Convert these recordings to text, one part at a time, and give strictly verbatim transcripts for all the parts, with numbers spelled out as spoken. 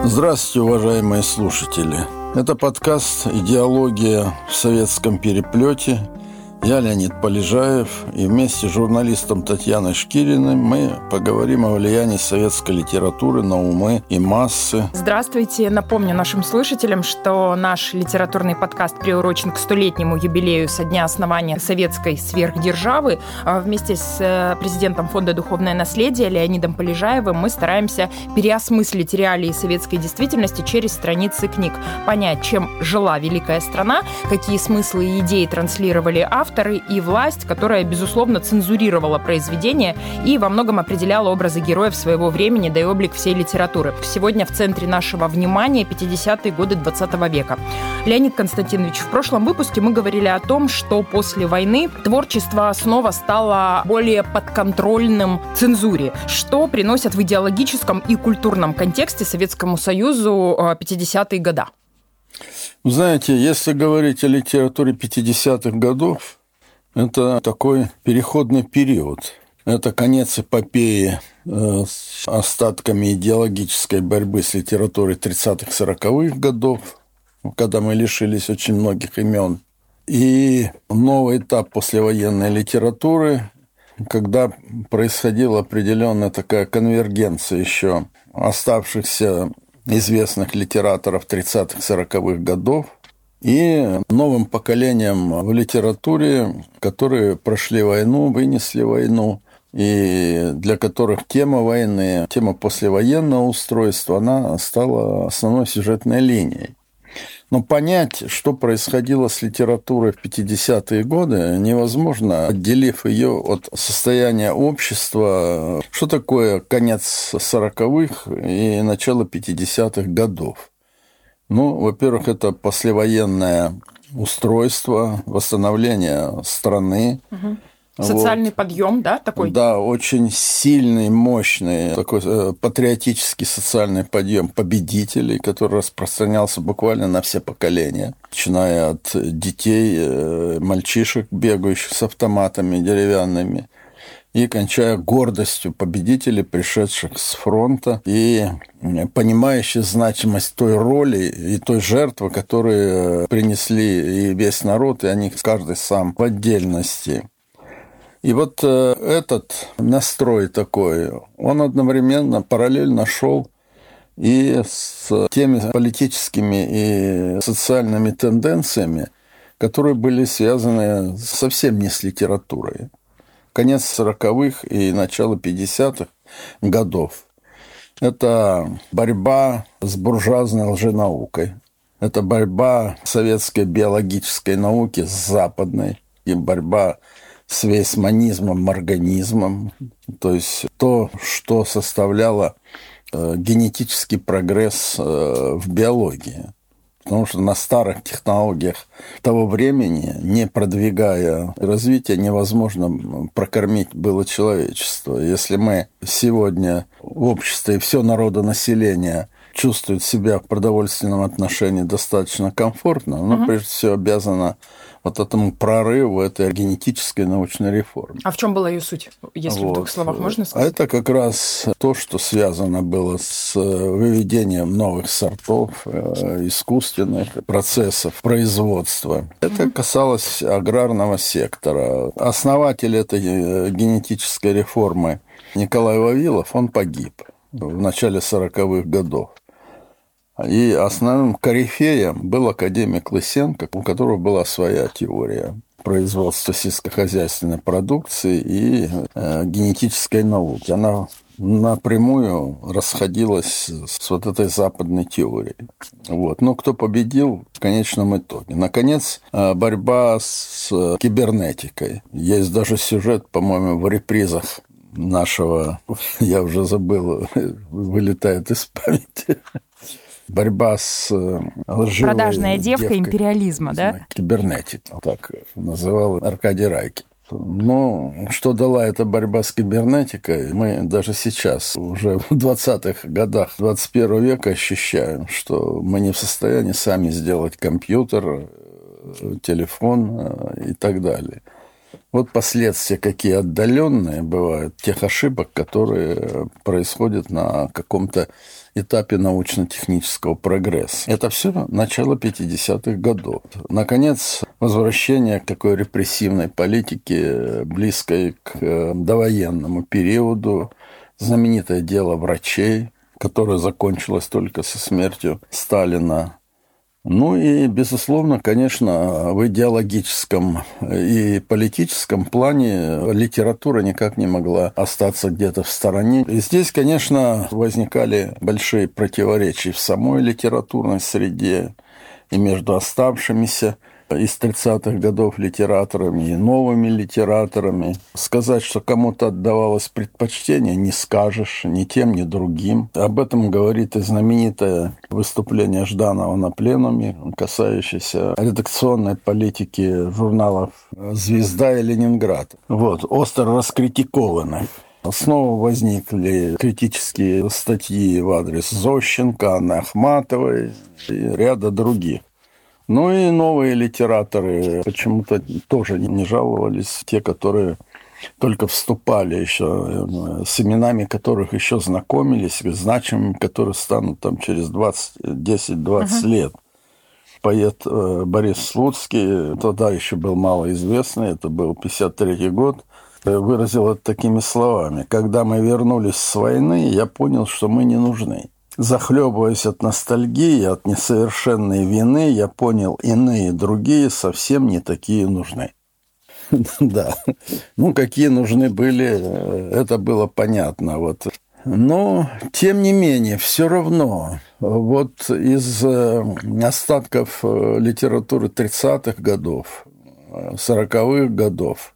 Здравствуйте, уважаемые слушатели. Это подкаст «Идеология в советском переплете». Я Леонид Полежаев, и вместе с журналистом Татьяной Шкириной мы поговорим о влиянии советской литературы на умы и массы. Здравствуйте. Напомню нашим слушателям, что наш литературный подкаст приурочен к столетнему юбилею со дня основания советской сверхдержавы. Вместе с президентом Фонда «Духовное наследие» Леонидом Полежаевым мы стараемся переосмыслить реалии советской действительности через страницы книг, понять, чем жила великая страна, какие смыслы и идеи транслировали авторы, и власть, которая, безусловно, цензурировала произведения и во многом определяла образы героев своего времени, да и облик всей литературы. Сегодня в центре нашего внимания пятидесятые годы двадцатого века. Леонид Константинович, в прошлом выпуске мы говорили о том, что после войны творчество снова стало более подконтрольным цензуре, что приносят в идеологическом и культурном контексте Советскому Союзу пятидесятые годы. Вы знаете, если говорить о литературе пятидесятых годов, это такой переходный период. Это конец эпопеи э, с остатками идеологической борьбы с литературой тридцатых-сороковых годов, когда мы лишились очень многих имен. И новый этап послевоенной литературы, когда происходила определенная такая конвергенция еще оставшихся известных литераторов тридцатых-сороковых годов и новым поколением в литературе, которые прошли войну, вынесли войну, и для которых тема войны, тема послевоенного устройства, она стала основной сюжетной линией. Но понять, что происходило с литературой в пятидесятые годы, невозможно, отделив ее от состояния общества. Что такое конец сороковых и начало пятидесятых годов? Ну, во-первых, это послевоенное устройство, восстановление страны. Угу. Социальный вот. подъем, да, такой? Да, очень сильный, мощный такой патриотический социальный подъем победителей, который распространялся буквально на все поколения, начиная от детей, мальчишек, бегающих с автоматами деревянными, и кончая гордостью победителей, пришедших с фронта, и понимающих значимость той роли и той жертвы, которые принесли и весь народ, и они каждый сам в отдельности. И вот этот настрой такой, он одновременно, параллельно шел и с теми политическими и социальными тенденциями, которые были связаны совсем не с литературой. Конец сороковых и начало пятидесятых годов – это борьба с буржуазной лженаукой, это борьба советской биологической науки с западной, и борьба с вейсманизмом, морганизмом, то есть то, что составляло э, генетический прогресс э, в биологии. Потому что на старых технологиях того времени, не продвигая развитие, невозможно прокормить было человечество. Если мы сегодня в обществе и все народонаселение чувствует себя в продовольственном отношении достаточно комфортно, оно, угу. прежде всего, обязано вот этому прорыву этой генетической научной реформы. А в чем была ее суть, если вот. в двух словах можно сказать? А это как раз то, что связано было с выведением новых сортов, искусственных процессов производства. Это угу. касалось аграрного сектора. Основатель этой генетической реформы Николай Вавилов, он погиб в начале сороковых годов. И основным корифеем был академик Лысенко, у которого была своя теория производства сельскохозяйственной продукции и э, генетической науки. Она напрямую расходилась с вот этой западной теорией. Вот. Но кто победил в конечном итоге? Наконец, борьба с кибернетикой. Есть даже сюжет, по-моему, в репризах нашего, я уже забыл, вылетает из памяти. Борьба с лживой продажная девка девкой, империализма, да? Кибернетика, так называл Аркадий Райкин. Но что дала эта борьба с кибернетикой, мы даже сейчас, уже в двадцатых годах двадцать первого века ощущаем, что мы не в состоянии сами сделать компьютер, телефон и так далее. Вот последствия какие отдаленные бывают тех ошибок, которые происходят на каком-то этапе научно-технического прогресса. Это все начало пятидесятых годов. Наконец, возвращение к такой репрессивной политике, близкой к довоенному периоду, знаменитое дело врачей, которое закончилось только со смертью Сталина. Ну и, безусловно, конечно, в идеологическом и политическом плане литература никак не могла остаться где-то в стороне. И здесь, конечно, возникали большие противоречия в самой литературной среде и между оставшимися из тридцатых годов литераторами и новыми литераторами. Сказать, что кому-то отдавалось предпочтение, не скажешь ни тем, ни другим. Об этом говорит и знаменитое выступление Жданова на пленуме, касающееся редакционной политики журналов «Звезда» и «Ленинград». Вот, остро раскритикованы. Снова возникли критические статьи в адрес Зощенко, Анны Ахматовой и ряда других. Ну и новые литераторы почему-то тоже не жаловались, те, которые только вступали еще, с именами которых еще знакомились, значимыми, которые станут там через десять-двадцать uh-huh. лет. Поэт Борис Слуцкий, тогда еще был малоизвестный, это был пятьдесят третий год, выразил это такими словами: «Когда мы вернулись с войны, я понял, что мы не нужны. Захлебываясь от ностальгии, от несовершенной вины, я понял, иные другие совсем не такие нужны». Да, ну какие нужны были, это было понятно. Вот. Но, тем не менее, все равно, вот из остатков литературы тридцатых годов, сороковых годов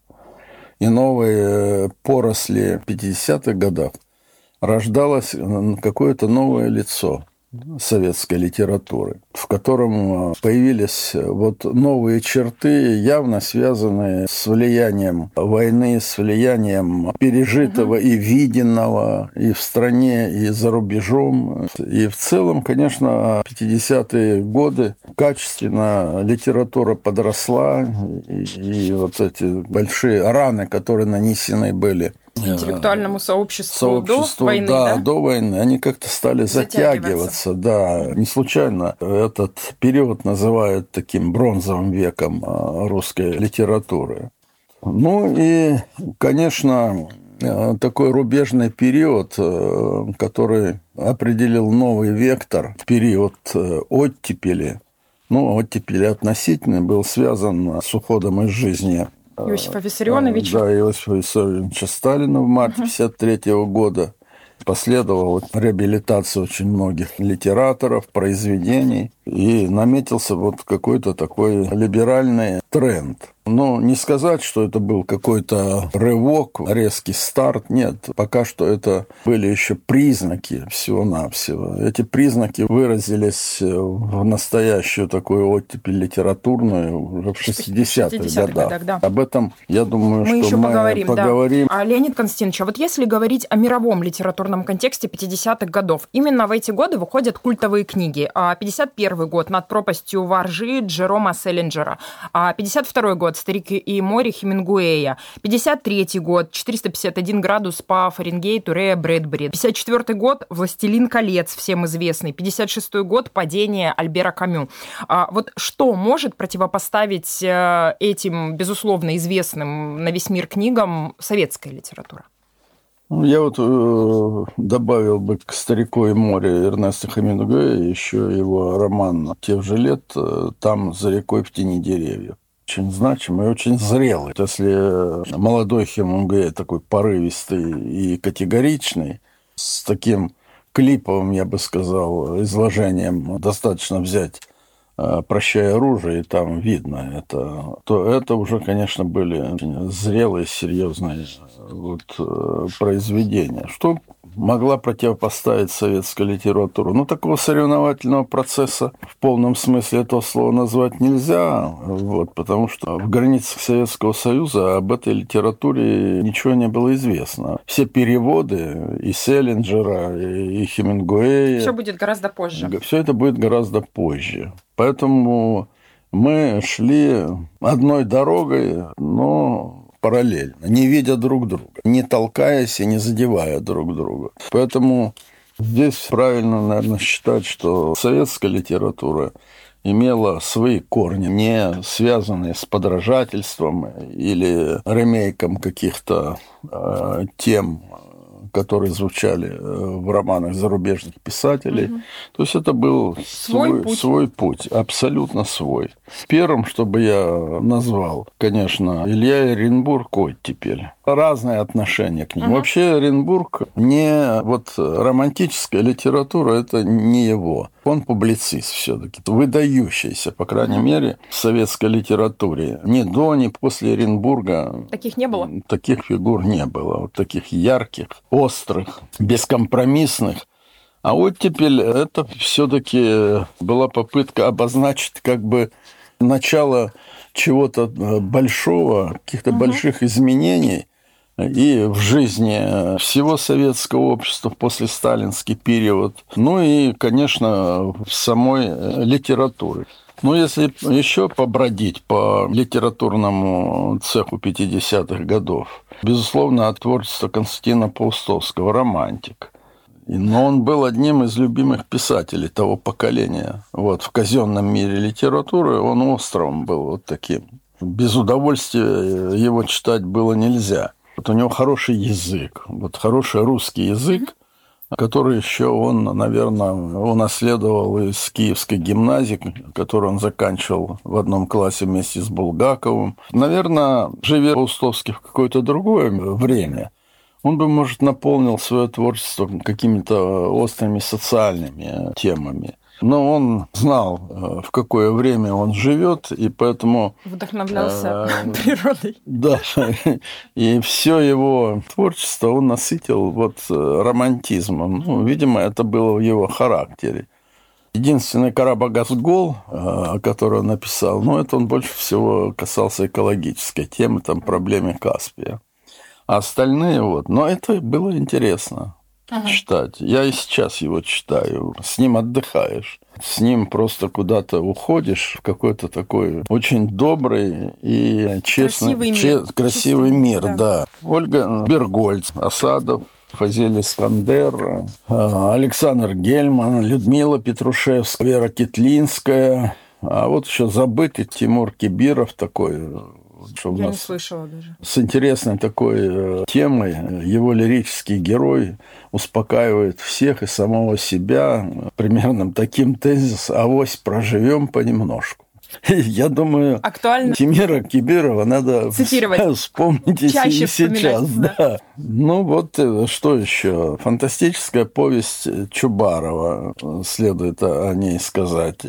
и новые поросли пятидесятых годов рождалось какое-то новое лицо советской литературы, в котором появились вот новые черты, явно связанные с влиянием войны, с влиянием пережитого и виденного и в стране, и за рубежом. И в целом, конечно, пятидесятые годы качественно литература подросла, и, и вот эти большие раны, которые нанесены были интеллектуальному сообществу, сообществу до войны, да, да? до войны, они как-то стали затягиваться. затягиваться. Да. Не случайно этот период называют таким бронзовым веком русской литературы. Ну и, конечно, такой рубежный период, который определил новый вектор, период оттепели, ну, оттепели относительный, был связан с уходом из жизни Иосифа Виссарионовича. Да, Иосифа Виссарионовича Сталина в марте пятьдесят третьего года. Последовала реабилитация очень многих литераторов, произведений. И наметился вот какой-то такой либеральный тренд. Но не сказать, что это был какой-то рывок, резкий старт. Нет, пока что это были еще признаки всего-навсего. Эти признаки выразились в настоящую такую оттепель литературную уже в шестидесятых годах. годах да. Об этом, я думаю, мы что еще мы поговорим. поговорим. Да. А, Леонид Константинович, а вот если говорить о мировом литературном контексте пятидесятых годов, именно в эти годы выходят культовые книги. пятьдесят первый год «Над пропастью воржи» Джерома Селлинджера, пятьдесят второй год «Старик и море» Хемингуэя, пятьдесят третий год «четыреста пятьдесят один градус по Фаренгейту» Рэя Брэдбери, пятьдесят четвёртый год «Властелин колец», всем известный, пятьдесят шестой год «Падение» Альбера Камю. А вот что может противопоставить этим, безусловно, известным на весь мир книгам советская литература? Я вот э, добавил бы к «Старику и море» Эрнеста Хемингуэя еще его роман тех же лет «Там за рекой в тени деревьев». Очень значимый и очень зрелый. Если молодой Хемингуэй такой порывистый и категоричный, с таким клиповым, я бы сказал, изложением, достаточно взять «Прощай оружие», и там видно это, то это уже, конечно, были очень зрелые, серьезные вот, произведения. Что могла противопоставить советская литература? Ну, такого соревновательного процесса в полном смысле этого слова назвать нельзя, вот, потому что в границах Советского Союза об этой литературе ничего не было известно. Все переводы и Селлинджера, и Хемингуэя... Все будет гораздо позже. Все это будет гораздо позже. Поэтому мы шли одной дорогой, но параллельно, не видя друг друга, не толкаясь и не задевая друг друга. Поэтому здесь правильно, наверное, считать, что советская литература имела свои корни, не связанные с подражательством или ремейком каких-то э, тем, которые звучали в романах зарубежных писателей. Угу. То есть это был свой, свой, путь. свой путь, абсолютно свой. Первым, чтобы я назвал, конечно, Илья Эренбург «Оттепель». Разные отношения к нему. Угу. Вообще Эренбург не... Вот романтическая литература – это не его. Он публицист все-таки, выдающийся, по крайней угу. мере, в советской литературе. Ни до, ни после Эренбурга... Таких не было? Таких фигур не было. Вот таких ярких, острых, бескомпромиссных. А «Оттепель» – это все-таки была попытка обозначить как бы начало чего-то большого, каких-то угу. больших изменений и в жизни всего советского общества в послесталинский период, ну и, конечно, в самой литературе. Ну, если еще побродить по литературному цеху пятидесятых годов, безусловно, от творчества Константина Паустовского «Романтик». Но он был одним из любимых писателей того поколения. Вот, в казенном мире литературы он островом был вот таким. Без удовольствия его читать было нельзя. Вот у него хороший язык, вот хороший русский язык, который еще он, наверное, унаследовал из Киевской гимназии, которую он заканчивал в одном классе вместе с Булгаковым. Наверное, живя Паустовский в какое-то другое время, он бы, может, наполнил свое творчество какими-то острыми социальными темами. Но он знал, в какое время он живет, и поэтому... Вдохновлялся э, природой. Да, и все его творчество он насытил вот романтизмом. Ну, видимо, это было в его характере. Единственный «Карабагаз-Гол», который он написал, ну, это он больше всего касался экологической темы, там, проблемы Каспия. А остальные вот... Но это было интересно. Ага. Читать. Я и сейчас его читаю. С ним отдыхаешь. С ним просто куда-то уходишь в какой-то такой очень добрый и честный, красивый че- мир, красивый мир да. да. Ольга Бергольц, Осадов, Фазиль Искандер, Александр Гельман, Людмила Петрушевская, Вера Китлинская. А вот еще забытый Тимур Кибиров такой... Что Я не слышала даже. С интересной такой темой его лирический герой успокаивает всех и самого себя примерно таким тезисом: «Авось проживем понемножку». Я думаю, актуально. Тимира Кибирова надо цитировать. Вспомнить чаще и сейчас. Да. Да. Ну вот что еще? Фантастическая повесть Чубарова, следует о ней сказать.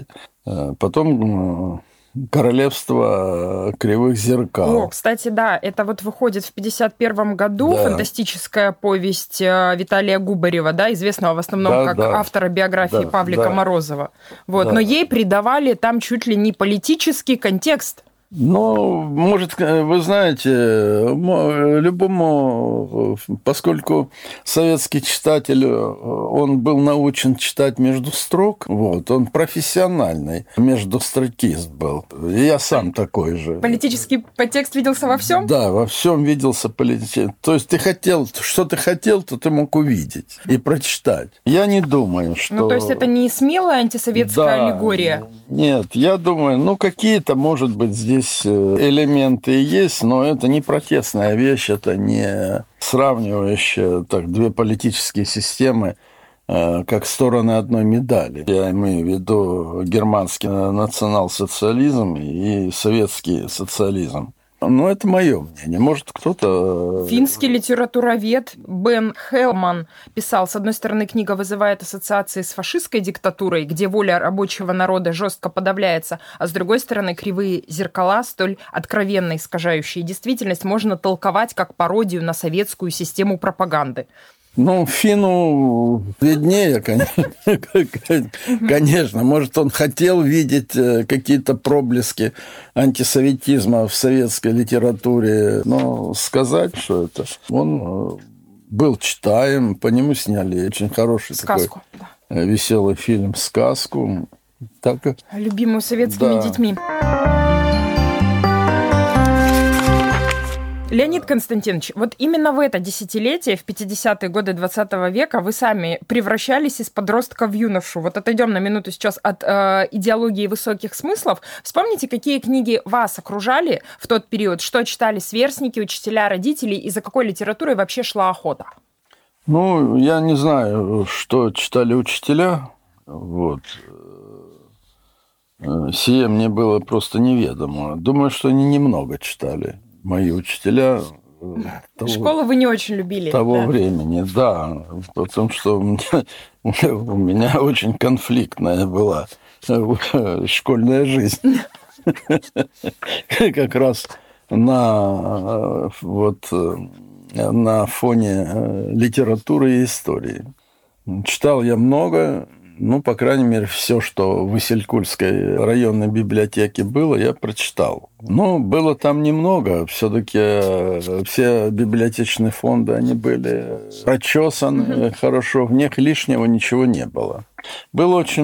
Потом... «Королевство кривых зеркал». О, кстати, да, это вот выходит в пятьдесят первом году, да. Фантастическая повесть Виталия Губарева, да, известного в основном да, как да. автора биографии да, Павлика да. Морозова. Вот, да. Но ей придавали там чуть ли не политический контекст. Ну, может, вы знаете, любому, поскольку советский читатель, он был научен читать между строк, вот, он профессиональный междустрокист был. И я сам такой же. Политический подтекст виделся во всем? Да, во всем виделся политический. То есть ты хотел, что ты хотел, то ты мог увидеть и прочитать. Я не думаю, что... Ну, то есть это не смелая антисоветская да, аллегория? Нет, я думаю, ну, какие-то, может быть, здесь элементы есть, но это не протестная вещь, это не сравнивающая так, две политические системы как стороны одной медали. Я имею в виду германский национал-социализм и советский социализм. Ну, это мое мнение. Может, кто-то... Финский литературовед Бен Хелман писал, с одной стороны, книга вызывает ассоциации с фашистской диктатурой, где воля рабочего народа жестко подавляется, а с другой стороны, кривые зеркала, столь откровенно искажающие действительность, можно толковать как пародию на советскую систему пропаганды. Ну, Фину виднее, конечно. Конечно, может, он хотел видеть какие-то проблески антисоветизма в советской литературе, но сказать, что это... Он был читаем, по нему сняли очень хороший сказку, такой да. веселый фильм «Сказку». Так... Любимую советскими да. детьми. Леонид Константинович, вот именно в это десятилетие, в пятидесятые годы двадцатого века, вы сами превращались из подростка в юношу. Вот отойдем на минуту сейчас от э, идеологии высоких смыслов. Вспомните, какие книги вас окружали в тот период, что читали сверстники, учителя, родители, и за какой литературой вообще шла охота? Ну, я не знаю, что читали учителя. Вот. Сие мне было просто неведомо. Думаю, что они немного читали. Мои учителя... Того, Школу вы не очень любили. Того да? времени, да. Потому что у меня, у меня очень конфликтная была школьная жизнь. Как раз на, вот, на фоне литературы и истории. Читал я много. Ну, по крайней мере, все, что в Исилькульской районной библиотеке было, я прочитал. Но было там немного. Все-таки все библиотечные фонды, они были прочесаны mm-hmm. хорошо. В них лишнего ничего не было. Было очень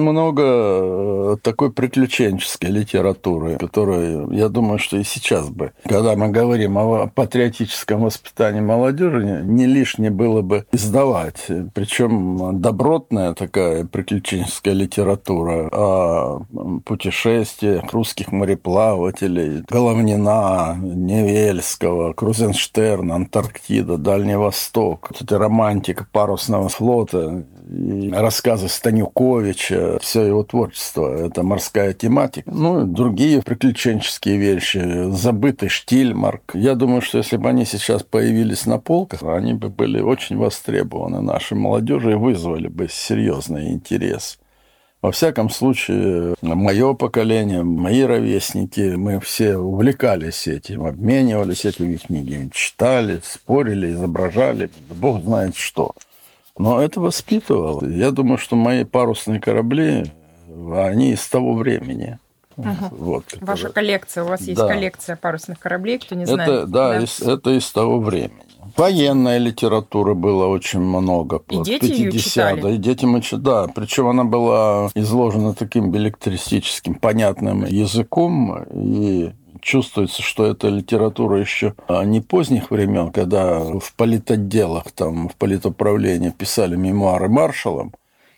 много такой приключенческой литературы, которую, я думаю, что и сейчас бы, когда мы говорим о патриотическом воспитании молодежи, не лишнее было бы издавать. Причем добротная такая приключенческая литература о путешествиях русских мореплавателей, Головнина, Невельского, Крузенштерна, Антарктида, Дальний Восток, это романтика парусного флота, и рассказы Станюковича, все его творчество, это морская тематика. Ну, и другие приключенческие вещи, забытый Штильмарк. Я думаю, что если бы они сейчас появились на полках, они бы были очень востребованы нашей молодежи и вызвали бы серьезный интерес. Во всяком случае, мое поколение, мои ровесники, мы все увлекались этим, обменивались этими книгами, читали, спорили, изображали, бог знает что. Но это воспитывало. Я думаю, что мои парусные корабли, они из того времени. Угу. Вот, Ваша которые... коллекция, у вас есть да. коллекция парусных кораблей, кто не это, знает. Да, да. Из, это из того времени. Военной литературы было очень много. И дети ее читали? И дети мы читали, да. Причем она была изложена таким беллетристическим, понятным языком, и чувствуется, что это литература еще не поздних времен, когда в политотделах, там, в политуправлении писали мемуары маршалам,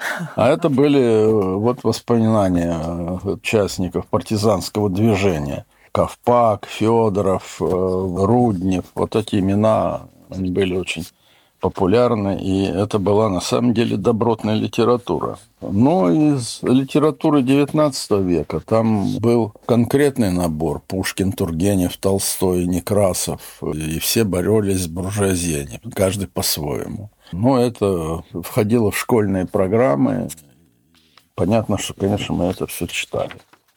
а это были вот воспоминания участников партизанского движения. Ковпак, Федоров, Руднев, вот эти имена, они были очень популярны, и это была на самом деле добротная литература. Но из литературы девятнадцатого века там был конкретный набор: Пушкин, Тургенев, Толстой, Некрасов, и все боролись с буржуазией, каждый по-своему. Но это входило в школьные программы. Понятно, что, конечно, мы это все читали.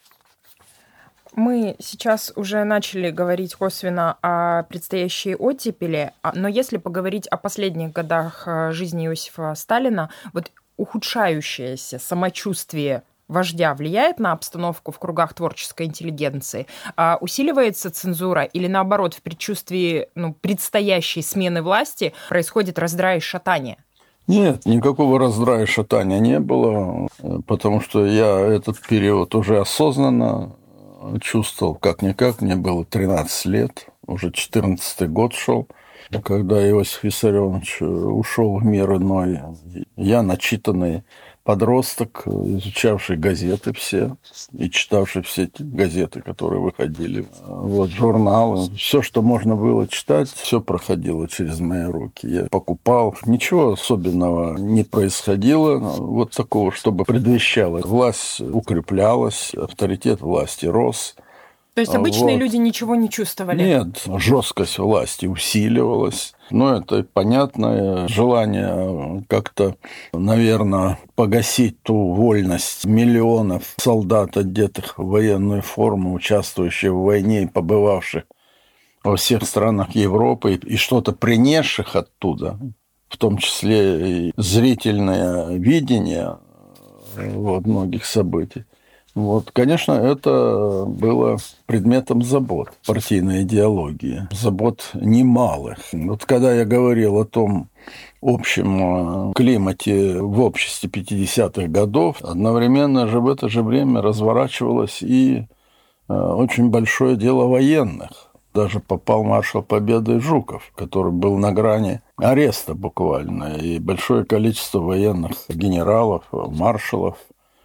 Мы сейчас уже начали говорить косвенно о предстоящей оттепели, но если поговорить о последних годах жизни Иосифа Сталина, вот ухудшающееся самочувствие вождя влияет на обстановку в кругах творческой интеллигенции? А усиливается цензура или, наоборот, в предчувствии ну, предстоящей смены власти происходит раздрай и шатание? Нет, никакого раздрая и шатания не было, потому что я этот период уже осознанно чувствовал, как-никак, мне было тринадцать лет, уже четырнадцатый год шел, когда Иосиф Виссарионович ушел в мир иной. Я начитанный подросток, изучавший газеты все и читавший все эти газеты, которые выходили, вот, журналы. Все, что можно было читать, все проходило через мои руки. Я покупал. Ничего особенного не происходило, вот такого, чтобы предвещало. Власть укреплялась, авторитет власти рос. То есть обычные вот. люди ничего не чувствовали? Нет, жесткость власти усиливалась. Но это понятное желание как-то, наверное, погасить ту вольность миллионов солдат, одетых в военную форму, участвующих в войне и побывавших во всех странах Европы, и что-то принесших оттуда, в том числе и зрительное видение вот, многих событий. Вот, конечно, это было предметом забот партийной идеологии, забот немалых. Вот когда я говорил о том общем климате в обществе пятидесятых годов, одновременно же в это же время разворачивалось и очень большое дело военных. даже попал маршал Победы Жуков, который был на грани ареста буквально. И большое количество военных генералов, маршалов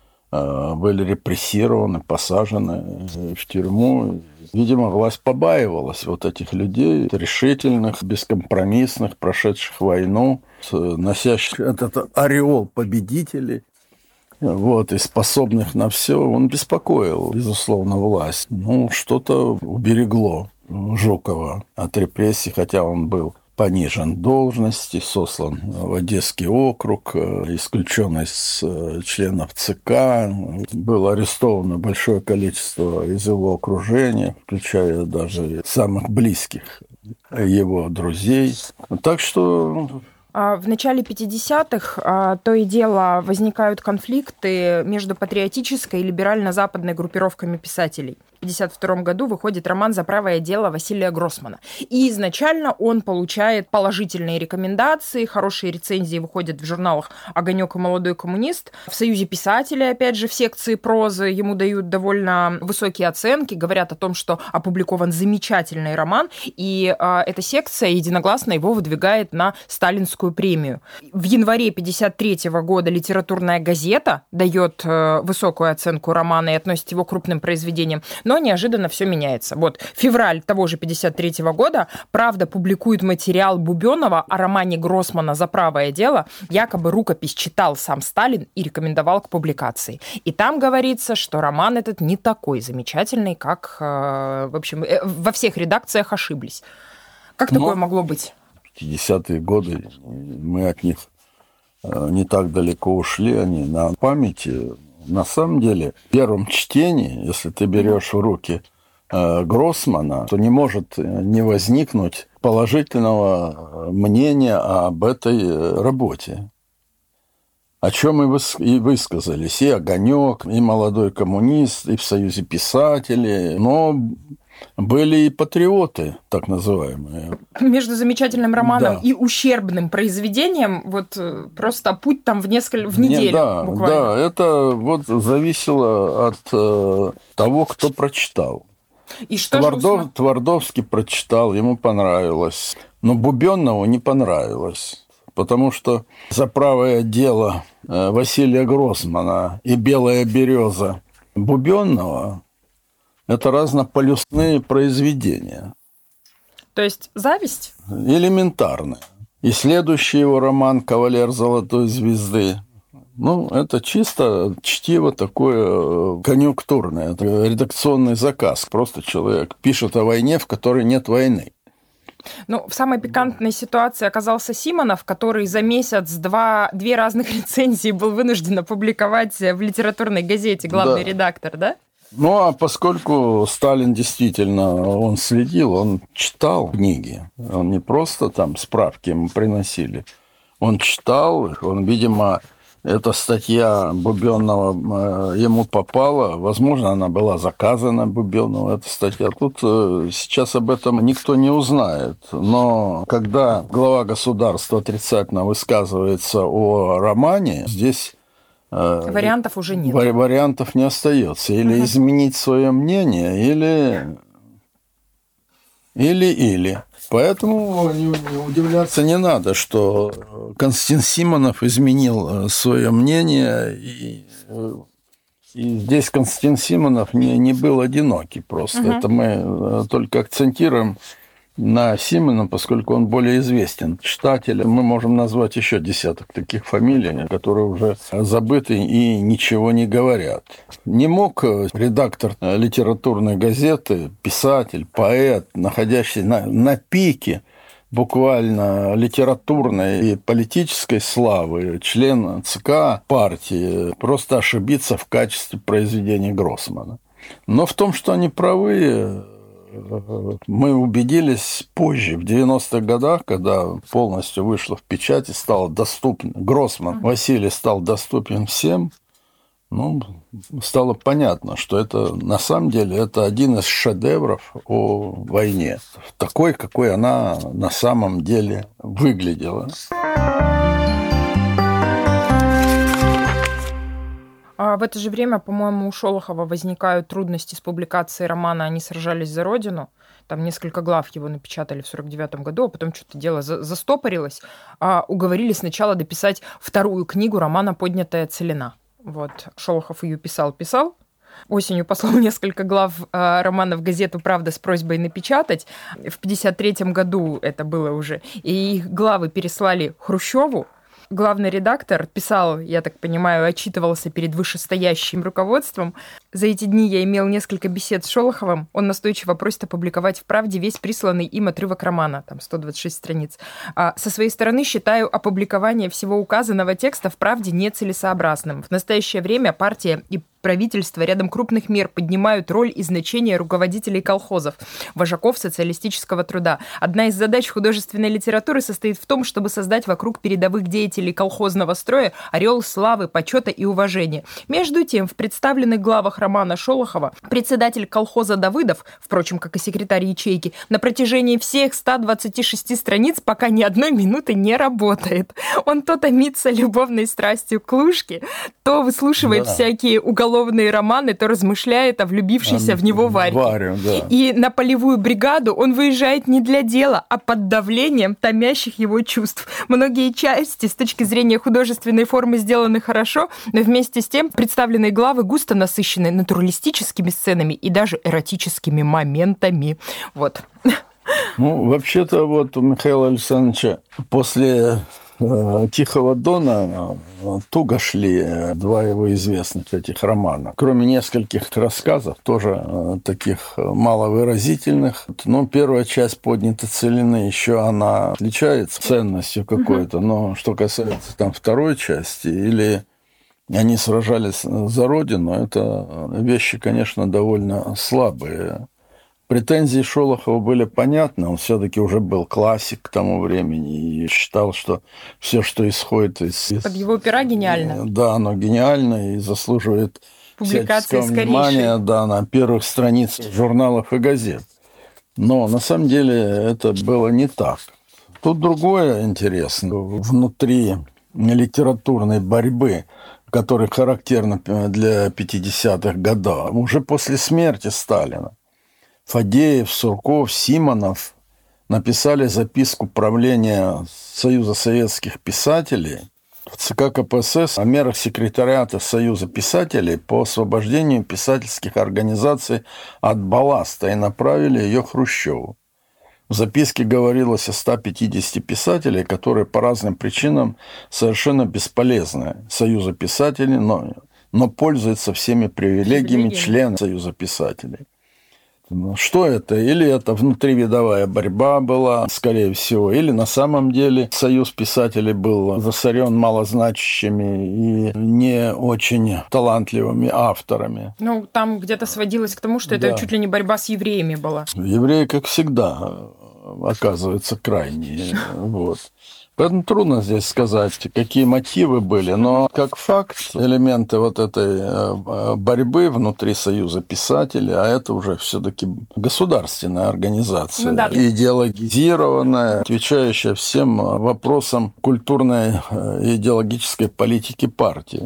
были репрессированы, посажены в тюрьму. Видимо, власть побаивалась вот этих людей, решительных, бескомпромиссных, прошедших войну, носящих этот ореол победителей, вот, и способных на все. Он беспокоил, безусловно, власть. Ну, что-то уберегло Жукова от репрессий, хотя он был понижен в должности, сослан в Одесский округ, исключен из членов ЦК, было арестовано большое количество из его окружения, включая даже самых близких его друзей. Так что... В начале пятидесятых то и дело возникают конфликты между патриотической и либерально-западной группировками писателей. В пятьдесят втором году выходит роман «За правое дело» Василия Гроссмана. И изначально он получает положительные рекомендации, хорошие рецензии выходят в журналах «Огонек» и «Молодой коммунист». В Союзе писателей, опять же, в секции прозы ему дают довольно высокие оценки, говорят о том, что опубликован замечательный роман, и э, эта секция единогласно его выдвигает на Сталинскую премию. В январе пятьдесят третьего года «Литературная газета» дает э, высокую оценку романа и относит его к крупным произведениям. Но неожиданно все меняется. Вот февраль того же пятьдесят третьего года «Правда» публикует материал Бубенова о романе Гроссмана «За правое дело». Якобы рукопись читал сам Сталин и рекомендовал к публикации. И там говорится, что роман этот не такой замечательный, как, в общем, во всех редакциях ошиблись. Как Но такое могло быть? В пятидесятые годы мы от них не так далеко ушли, они на памяти. На самом деле, в первом чтении, если ты берешь в руки э, Гроссмана, то не может не возникнуть положительного мнения об этой работе. О чем и, выс- и высказались и «Огонек», и «Молодой коммунист», и в Союзе писателей. Но были и патриоты, так называемые. Между замечательным романом да. и ущербным произведением вот просто путь там в несколько в неделю. Не, да, буквально. Да, это вот зависело от э, того, кто прочитал. И что Твардов, же Твардовский прочитал, ему понравилось. Но Бубеннову не понравилось. Потому что «За правое дело» Василия Гроссмана и «Белая береза» Бубеннова – это разнополюсные произведения. То есть зависть? Элементарно. И следующий его роман «Кавалер золотой звезды». Ну, это чисто чтиво такое конъюнктурное, это редакционный заказ. Просто человек пишет о войне, в которой нет войны. Ну, в самой пикантной ситуации оказался Симонов, который за месяц два, две разных рецензии был вынужден опубликовать в литературной газете, главный да. редактор, да? Ну, а поскольку Сталин действительно, он следил, он читал книги, он не просто там справки ему приносили, он читал их, он, видимо, эта статья Бубенова ему попала, возможно, она была заказана Бубенову, эта статья. Тут сейчас об этом никто не узнает, но когда глава государства отрицательно высказывается о романе, здесь... Вариантов уже нет. Вариантов не остается. Или uh-huh. изменить свое мнение, или... Или-или. Поэтому удивляться не надо, что Константин Симонов изменил свое мнение. И, и здесь Константин Симонов не, не был одинокий просто. Uh-huh. Это мы только акцентируем на Симона, поскольку он более известен читателям. Мы можем назвать еще десяток таких фамилий, которые уже забыты и ничего не говорят. Не мог редактор литературной газеты, писатель, поэт, находящийся на, на пике буквально литературной и политической славы, член ЦК партии, просто ошибиться в качестве произведения Гроссмана. Но в том, что они правы, мы убедились позже, в девяностых годах, когда полностью вышло в печать и стало доступно. Гроссман Василий стал доступен всем. Ну, стало понятно, что это на самом деле это один из шедевров о войне, такой, какой она на самом деле выглядела. А в это же время, по-моему, у Шолохова возникают трудности с публикацией романа «Они сражались за Родину». там несколько глав его напечатали в сорок девятом году, а потом что-то дело за- застопорилось, а уговорили сначала дописать вторую книгу романа «Поднятая целина». Вот, Шолохов ее писал-писал, осенью послал несколько глав э, романа в газету «Правда» с просьбой напечатать. В пятьдесят третьем году это было уже. И их главы переслали Хрущеву. Главный редактор писал, я так понимаю, отчитывался перед вышестоящим руководством. За эти дни я имел несколько бесед с Шолоховым. Он настойчиво просит опубликовать в «Правде» весь присланный им отрывок романа, там сто двадцать шесть страниц. А со своей стороны считаю опубликование всего указанного текста в «Правде» нецелесообразным. В настоящее время партия и правительство рядом крупных мер поднимают роль и значение руководителей колхозов, вожаков социалистического труда. Одна из задач художественной литературы состоит в том, чтобы создать вокруг передовых деятелей колхозного строя ореол славы, почета и уважения. Между тем, в представленных главах романа Шолохова председатель колхоза Давыдов, впрочем, как и секретарь ячейки, на протяжении всех ста двадцати шести страниц пока ни одной минуты не работает. Он то томится любовной страстью к Лужке, то выслушивает да. всякие уголовные романы, то размышляет о влюбившейся а, в него Варьке. Варю, да. И на полевую бригаду он выезжает не для дела, а под давлением томящих его чувств. Многие части с точки зрения художественной формы сделаны хорошо, но вместе с тем представленные главы густо насыщены натуралистическими сценами и даже эротическими моментами. Вот. Ну, вообще-то вот у Михаила Александровича после «Тихого дона» туго шли два его известных этих романа. Кроме нескольких рассказов, тоже таких маловыразительных. Но первая часть «Поднятой целины» еще она отличается ценностью какой-то. Но что касается там второй части, или они сражались за Родину, это вещи, конечно, довольно слабые. Претензии Шолохова были понятны, он все-таки уже был классик к тому времени и считал, что все, что исходит из... Под его пера гениально. Да, оно гениально и заслуживает всяческого внимания да, на первых страницах журналов и газет. Но на самом деле это было не так. Тут другое интересно. Внутри литературной борьбы, которая характерна для пятидесятых годов, уже после смерти Сталина, Фадеев, Сурков, Симонов написали записку правления Союза советских писателей в ЦК КПСС о мерах секретариата Союза писателей по освобождению писательских организаций от балласта и направили ее Хрущеву. В записке говорилось о ста пятидесяти писателей, которые по разным причинам совершенно бесполезны Союзу писателей, но, но пользуются всеми привилегиями членов Союза писателей. Что это? Или это внутривидовая борьба была, скорее всего, или на самом деле Союз писателей был засорен малозначащими и не очень талантливыми авторами. Ну, там где-то сводилось к тому, что это да. чуть ли не борьба с евреями была. Евреи, как всегда, оказываются крайние. Вот. Поэтому трудно здесь сказать, какие мотивы были, но как факт элементы вот этой борьбы внутри Союза писателей, а это уже все-таки государственная организация, ну, да. идеологизированная, отвечающая всем вопросам культурной и идеологической политики партии.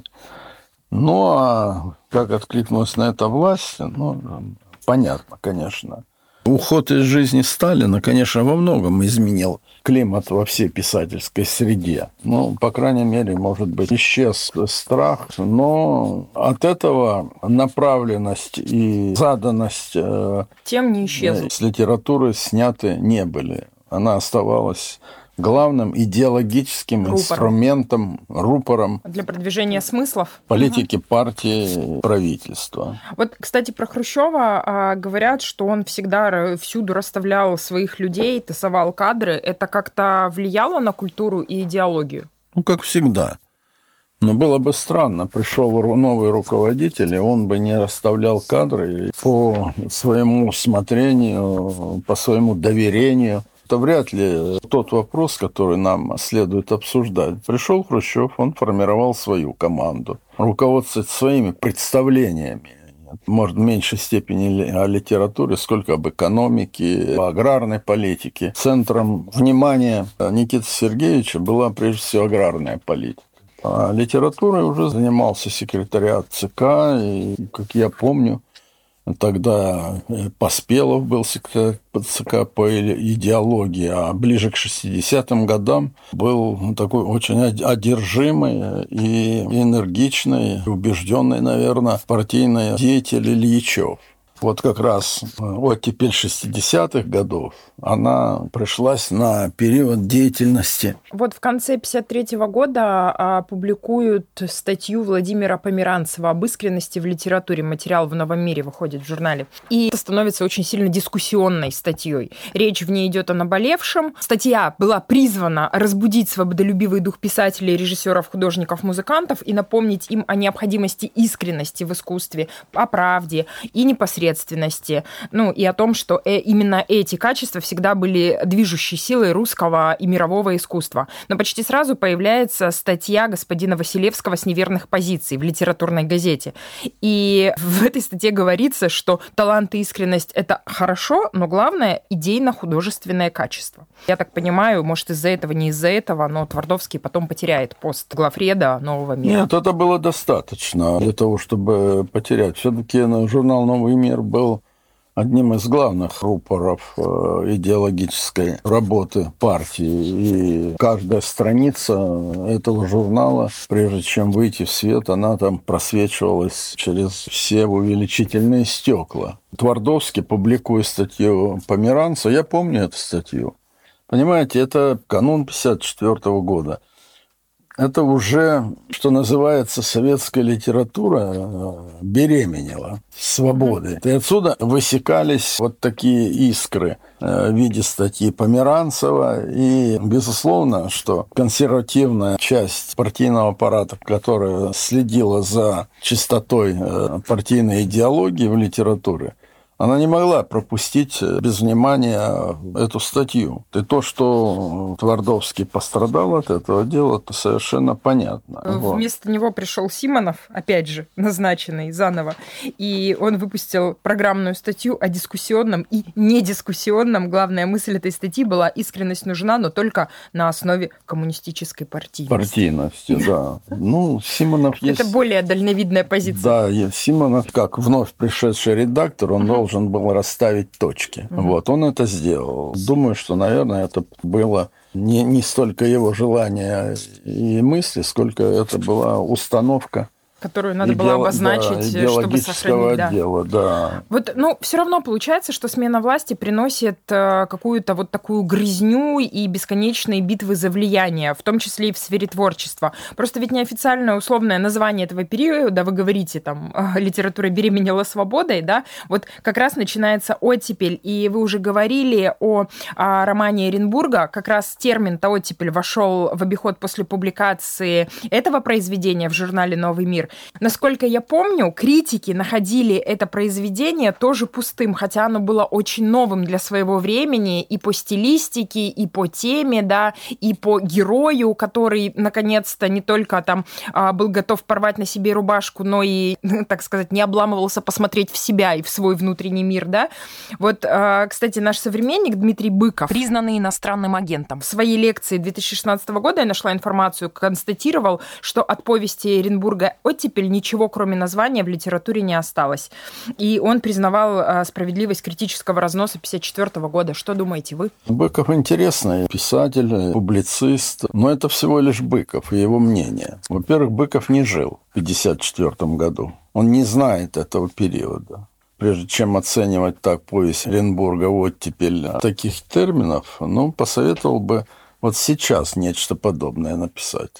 Ну, а как откликнулась на это власть, ну, понятно, конечно. Уход из жизни Сталина, конечно, во многом изменил климат во всей писательской среде. Ну, по крайней мере, может быть, исчез страх, но от этого направленность и заданность тем не исчезла. С литературы сняты не были. Она оставалась главным идеологическим рупором. инструментом, рупором для продвижения смыслов политики, угу. партии, правительства. Вот, кстати, про Хрущева а, говорят, что он всегда всюду расставлял своих людей, тасовал кадры. Это как-то влияло на культуру и идеологию? Ну, как всегда. Но было бы странно, пришел новый руководитель, и он бы не расставлял кадры по своему усмотрению, по своему доверению. Это вряд ли тот вопрос, который нам следует обсуждать. Пришел Хрущев, он формировал свою команду, руководствуясь своими представлениями. Может, в меньшей степени о литературе, сколько об экономике, о аграрной политике. Центром внимания Никиты Сергеевича была, прежде всего, аграрная политика. А литературой уже занимался секретариат ЦК, и, как я помню, Тогда Поспелов был секретарь ЦК по идеологии, а ближе к шестидесятым годам был такой очень одержимый и энергичный, убежденный, наверное, партийный деятель Ильичев. Вот как раз оттепель шестидесятых годов, она пришлась на период деятельности. Вот в конце пятьдесят третьего года публикуют статью Владимира Померанцева об искренности в литературе. Материал в «Новом мире» выходит в журнале. И это становится очень сильно дискуссионной статьей. Речь в ней идет о наболевшем. Статья была призвана разбудить свободолюбивый дух писателей, режиссеров, художников, музыкантов и напомнить им о необходимости искренности в искусстве, о правде и непосредственности. Ну и о том, что именно эти качества всегда были движущей силой русского и мирового искусства. Но почти сразу появляется статья господина Василевского с неверных позиций в литературной газете. И в этой статье говорится, что талант и искренность – это хорошо, но главное – идейно-художественное качество. Я так понимаю, может, из-за этого, не из-за этого, но Твардовский потом потеряет пост главреда «Нового мира». Нет, это было достаточно для того, чтобы потерять. Все-таки журнал «Новый мир» был одним из главных рупоров идеологической работы партии. И каждая страница этого журнала, прежде чем выйти в свет, она там просвечивалась через все увеличительные стекла. Твардовский, публикуя статью Померанца, я помню эту статью. Понимаете, это канун пятьдесят четвёртого года. Это уже, что называется, советская литература беременела свободой. И отсюда высекались вот такие искры в виде статьи Померанцева. И, безусловно, что консервативная часть партийного аппарата, которая следила за чистотой партийной идеологии в литературе, она не могла пропустить без внимания эту статью. И то, что Твардовский пострадал от этого дела, это совершенно понятно. Вместо вот. него пришел Симонов, опять же, назначенный заново, и он выпустил программную статью о дискуссионном и недискуссионном. Главная мысль этой статьи была: искренность нужна, но только на основе коммунистической партийности. Партийности, да. Ну, Симонов есть... Это более дальновидная позиция. Да, Симонов, как вновь пришедший редактор, он должен должен был расставить точки. Mm-hmm. Вот, он это сделал. Думаю, что, наверное, это было не, не столько его желание и мысли, сколько это была установка, которую надо было обозначить, да, чтобы сохранить. Отдела, да. Да. Вот, ну, все равно получается, что смена власти приносит какую-то вот такую грызню и бесконечные битвы за влияние, в том числе и в сфере творчества. Просто ведь неофициальное условное название этого периода, вы говорите, там, литература беременела свободой, да, вот как раз начинается оттепель, и вы уже говорили о, о романе Эренбурга, как раз термин-то оттепель вошел в обиход после публикации этого произведения в журнале «Новый мир». Насколько я помню, критики находили это произведение тоже пустым, хотя оно было очень новым для своего времени и по стилистике, и по теме, да, и по герою, который, наконец-то, не только там был готов порвать на себе рубашку, но и, так сказать, не обламывался посмотреть в себя и в свой внутренний мир, да. Вот, кстати, наш современник Дмитрий Быков, признанный иностранным агентом, в своей лекции две тысячи шестнадцатого года, я нашла информацию, констатировал, что от повести Эренбурга «Оттепель» ничего, кроме названия, в литературе не осталось. И он признавал справедливость критического разноса пятьдесят четвёртого года. Что думаете вы? Быков интересный писатель, публицист, но это всего лишь Быков и его мнение. Во-первых, Быков не жил в пятьдесят четвёртом году. Он не знает этого периода. Прежде чем оценивать так повесть Эренбурга «Оттепель» таких терминов, ну, посоветовал бы вот сейчас нечто подобное написать.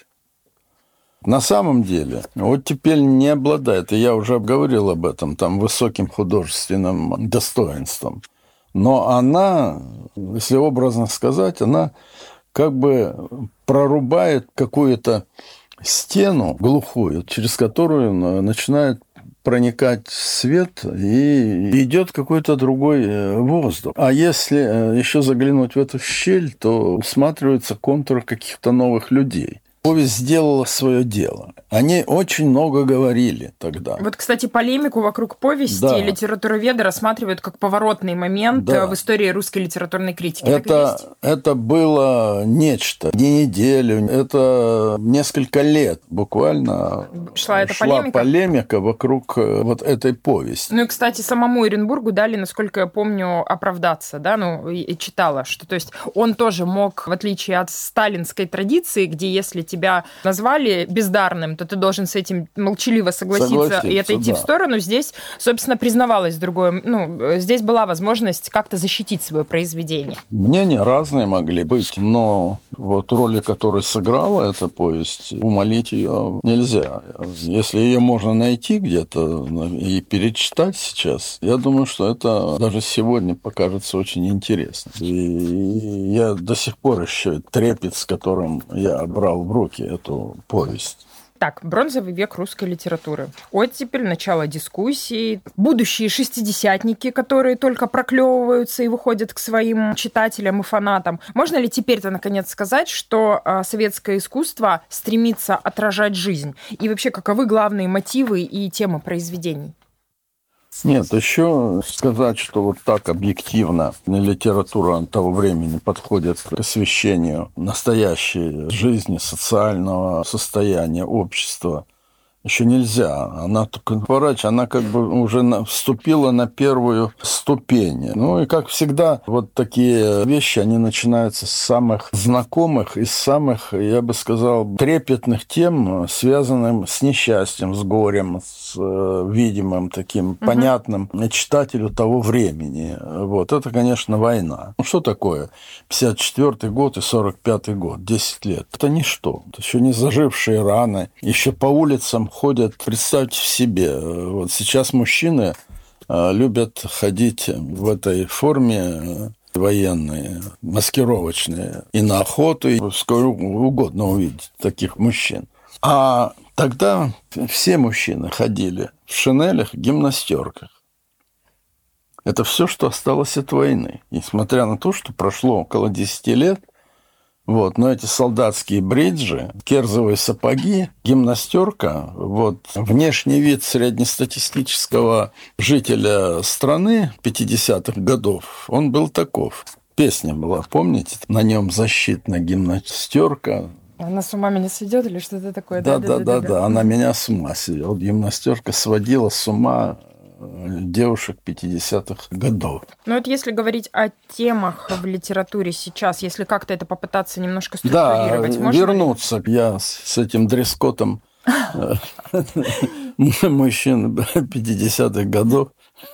На самом деле, оттепель не обладает, и я уже говорил об этом, там, высоким художественным достоинством. Но она, если образно сказать, она как бы прорубает какую-то стену глухую, через которую начинает проникать свет, и идет какой-то другой воздух. А если еще заглянуть в эту щель, то усматривается контур каких-то новых людей. Повесть сделала свое дело. Они очень много говорили тогда. Вот, кстати, полемику вокруг повести да. литературоведы рассматривают как поворотный момент да. в истории русской литературной критики. Это, это было нечто. Не неделю, это несколько лет буквально шла, эта шла полемика? полемика вокруг вот этой повести. Ну и, кстати, самому Эренбургу дали, насколько я помню, оправдаться, да, ну и читала, что, то есть он тоже мог, в отличие от сталинской традиции, где если тебя назвали бездарным, то ты должен с этим молчаливо согласиться, согласиться и отойти да. в сторону. Здесь, собственно, признавалось другое. Ну, здесь была возможность как-то защитить свое произведение. Мнения разные могли быть, но вот роли, которую сыграла эта повесть, умолить ее нельзя. Если ее можно найти где-то и перечитать сейчас, я думаю, что это даже сегодня покажется очень интересно. И я до сих пор еще трепет, с которым я брал в руки эту повесть. Так, бронзовый век русской литературы. Оттепель, начало дискуссий, будущие шестидесятники, которые только проклевываются и выходят к своим читателям и фанатам. Можно ли теперь-то наконец сказать, что а, советское искусство стремится отражать жизнь? И вообще, каковы главные мотивы и темы произведений? Нет, еще сказать, что вот так объективно литература того времени подходит к освещению настоящей жизни, социального состояния общества, еще нельзя. Она только поворачивается, она как бы уже вступила на первую ступень. Ну и, как всегда, вот такие вещи, они начинаются с самых знакомых и с самых, я бы сказал, трепетных тем, связанных с несчастьем, с горем, с видимым таким, угу. понятным читателю того времени. Вот. Это, конечно, война. Ну что такое пятьдесят четвёртый год и сорок пятый год, десять лет? Это ничто. Это еще не зажившие раны. Еще по улицам ходят, представьте себе, вот сейчас мужчины любят ходить в этой форме военной, маскировочной, и на охоту, и сколько угодно увидеть таких мужчин. А тогда все мужчины ходили в шинелях, гимнастерках. Это все, что осталось от войны. Несмотря на то, что прошло около десяти лет, вот, но эти солдатские бриджи, керзовые сапоги, гимнастерка, вот, внешний вид среднестатистического жителя страны пятидесятых годов, он был таков. Песня была, помните? На нем защитная гимнастерка. Она с ума меня сведет или что-то такое? Да, да, да, да, да, да. Она меня с ума сведет. Гимнастерка сводила с ума девушек пятидесятых годов. Ну вот если говорить о темах в литературе сейчас, если как-то это попытаться немножко структурировать, да, можно вернуться. Ли? Я с этим дресс-кодом мужчин пятидесятых годов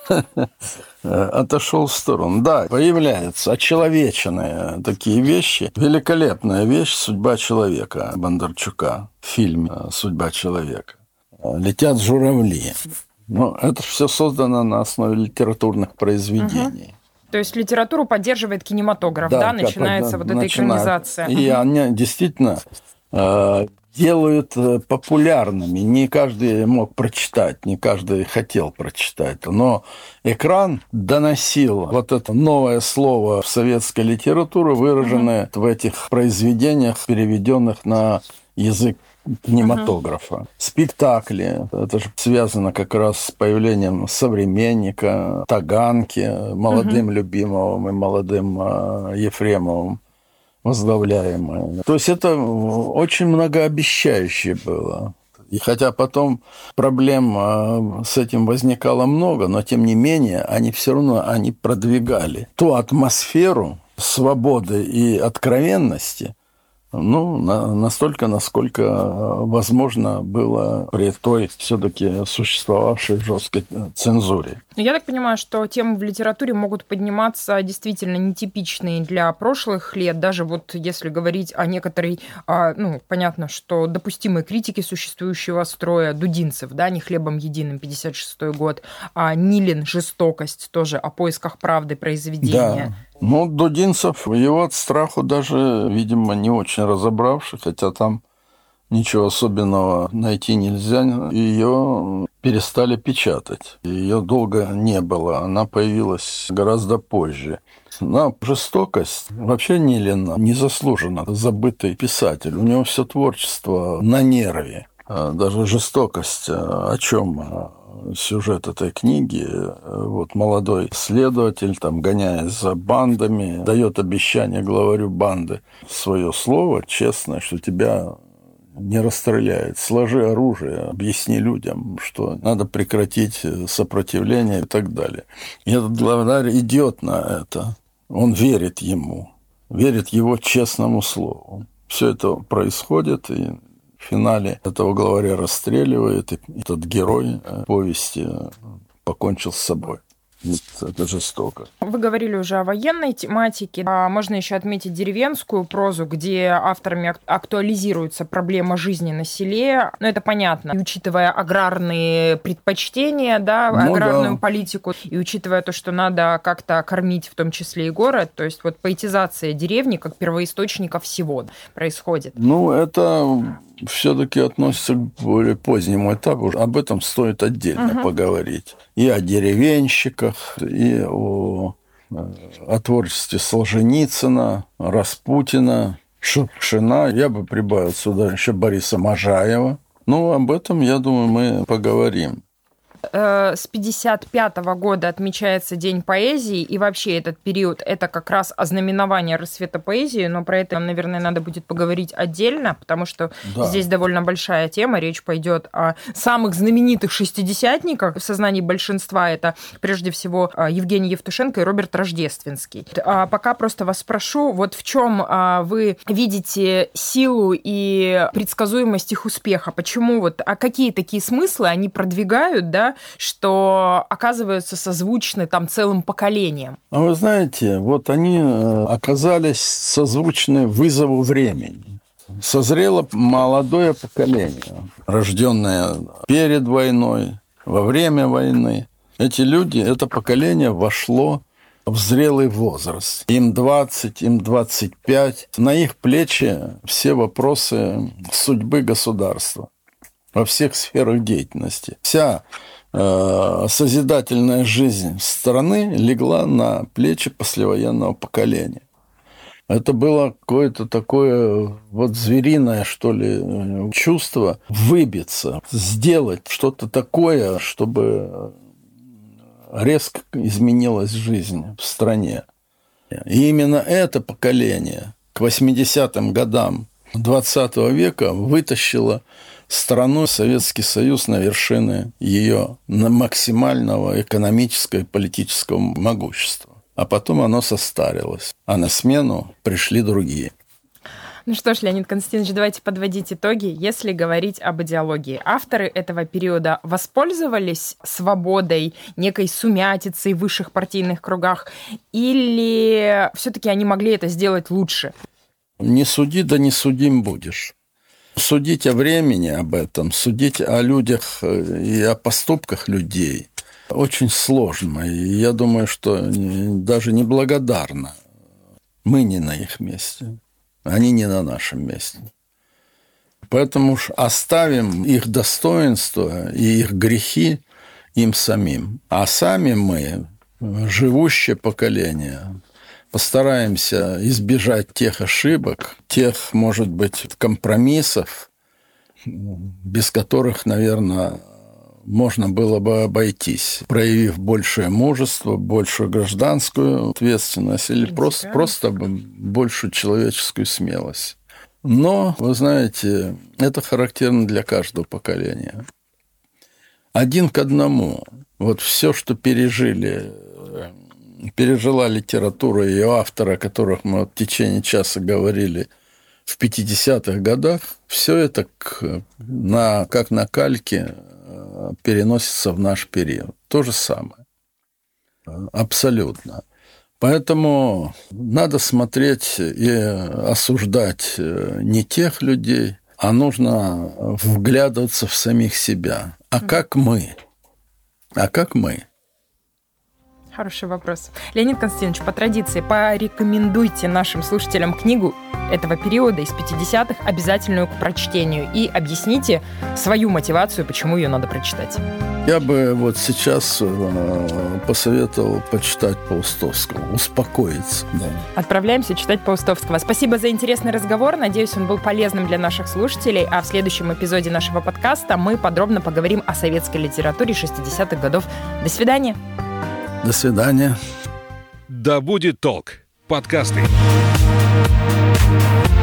отошел в сторону. Да, появляются очеловеченные такие вещи. Великолепная вещь «Судьба человека» Бондарчука в фильме «Судьба человека». Летят журавли. Но это все создано на основе литературных произведений. Угу. То есть литературу поддерживает кинематограф, да, да? Начинается вот эта экранизация. И угу. они действительно э, делают популярными. Не каждый мог прочитать, не каждый хотел прочитать. Но экран доносил вот это новое слово в советской литературе, выраженное угу. в этих произведениях, переведенных на язык кинематографа. Uh-huh. Спектакли. Это же связано как раз с появлением «Современника», «Таганки», молодым uh-huh. Любимовым и молодым Ефремовым возглавляемым. То есть это очень многообещающе было. И хотя потом проблем с этим возникало много, но тем не менее они все равно они продвигали ту атмосферу свободы и откровенности, ну, на, настолько, насколько возможно было при той все-таки существовавшей жесткой цензуре. Я так понимаю, что темы в литературе могут подниматься действительно нетипичные для прошлых лет, даже вот если говорить о некоторой, ну, понятно, что допустимой критике существующего строя Дудинцев, да, «Не хлебом единым», пятьдесят шестой год, а Нилин «Жестокость», тоже о поисках правды произведения. Да. Ну, Дудинцев, его от страху даже, видимо, не очень разобравший, хотя там ничего особенного найти нельзя. Ее перестали печатать. Ее долго не было. Она появилась гораздо позже. Но «Жестокость» вообще Нилин незаслуженно забытый писатель. У него все творчество на нерве. даже жестокость, о чем сюжет этой книги. Вот молодой следователь, там, гоняясь за бандами, дает обещание главарю банды свое слово честное, что тебя не расстреляет. Сложи оружие, объясни людям, что надо прекратить сопротивление и так далее. И этот главарь идет на это. Он верит ему, верит его честному слову. Все это происходит, и в финале этого главаря расстреливает, и этот герой повести покончил с собой. Это жестоко. Вы говорили уже о военной тематике. А можно еще отметить деревенскую прозу, где авторами актуализируется проблема жизни на селе. Ну, это понятно. И учитывая аграрные предпочтения, да, ну, аграрную да. политику, и учитывая то, что надо как-то кормить в том числе и город, то есть вот поэтизация деревни как первоисточника всего происходит. Ну, это все-таки относится к более позднему этапу. Об этом стоит отдельно угу. поговорить. И о деревенщиках, и о, о творчестве Солженицына, Распутина, Шукшина. Я бы прибавил сюда еще Бориса Можаева. Ну, об этом, я думаю, мы поговорим. С пятьдесят пятого года отмечается День поэзии, и вообще этот период – это как раз ознаменование расцвета поэзии, но про это, наверное, надо будет поговорить отдельно, потому что да. здесь довольно большая тема, речь пойдет о самых знаменитых шестидесятниках. В сознании большинства это, прежде всего, Евгений Евтушенко и Роберт Рождественский. А пока просто вас спрошу, вот в чем вы видите силу и предсказуемость их успеха? Почему вот, а какие такие смыслы они продвигают, да, что оказываются созвучны там целым поколением? А вы знаете, вот они оказались созвучны вызову времени. Созрело молодое поколение, рожденное перед войной, во время войны. Эти люди, это поколение вошло в зрелый возраст. Им двадцать, им двадцать пять. На их плечи все вопросы судьбы государства во всех сферах деятельности. Вся созидательная жизнь страны легла на плечи послевоенного поколения. Это было какое-то такое вот звериное, что ли, чувство выбиться, сделать что-то такое, чтобы резко изменилась жизнь в стране. И именно это поколение к восьмидесятым годам двадцатого века вытащило страну, Советский Союз, на вершины ее максимального экономического и политического могущества. А потом оно состарилось, а на смену пришли другие. Ну что ж, Леонид Константинович, давайте подводить итоги. Если говорить об идеологии, авторы этого периода воспользовались свободой, некой сумятицей в высших партийных кругах, или все-таки они могли это сделать лучше? Не суди, да не судим будешь. Судить о времени об этом, судить о людях и о поступках людей очень сложно. И я думаю, что даже неблагодарно. Мы не на их месте, они не на нашем месте. Поэтому уж оставим их достоинства и их грехи им самим. А сами мы, живущее поколение, постараемся избежать тех ошибок, тех, может быть, компромиссов, без которых, наверное, можно было бы обойтись, проявив большее мужество, большую гражданскую ответственность или просто, просто большую человеческую смелость. Но, вы знаете, это характерно для каждого поколения. Один к одному. Вот все, что пережили пережила литература и автора, о которых мы в течение часа говорили в пятидесятых годах, все это на, как на кальке переносится в наш период. То же самое. Абсолютно. Поэтому надо смотреть и осуждать не тех людей, а нужно вглядываться в самих себя. А как мы? А как мы? Хороший вопрос. Леонид Константинович, по традиции, порекомендуйте нашим слушателям книгу этого периода из пятидесятых, обязательную к прочтению, и объясните свою мотивацию, почему ее надо прочитать. Я бы вот сейчас э, посоветовал почитать Паустовского, успокоиться. Да. Отправляемся читать Паустовского. Спасибо за интересный разговор. Надеюсь, он был полезным для наших слушателей. А в следующем эпизоде нашего подкаста мы подробно поговорим о советской литературе шестидесятых годов. До свидания. До свидания. Да будет толк. Подкасты.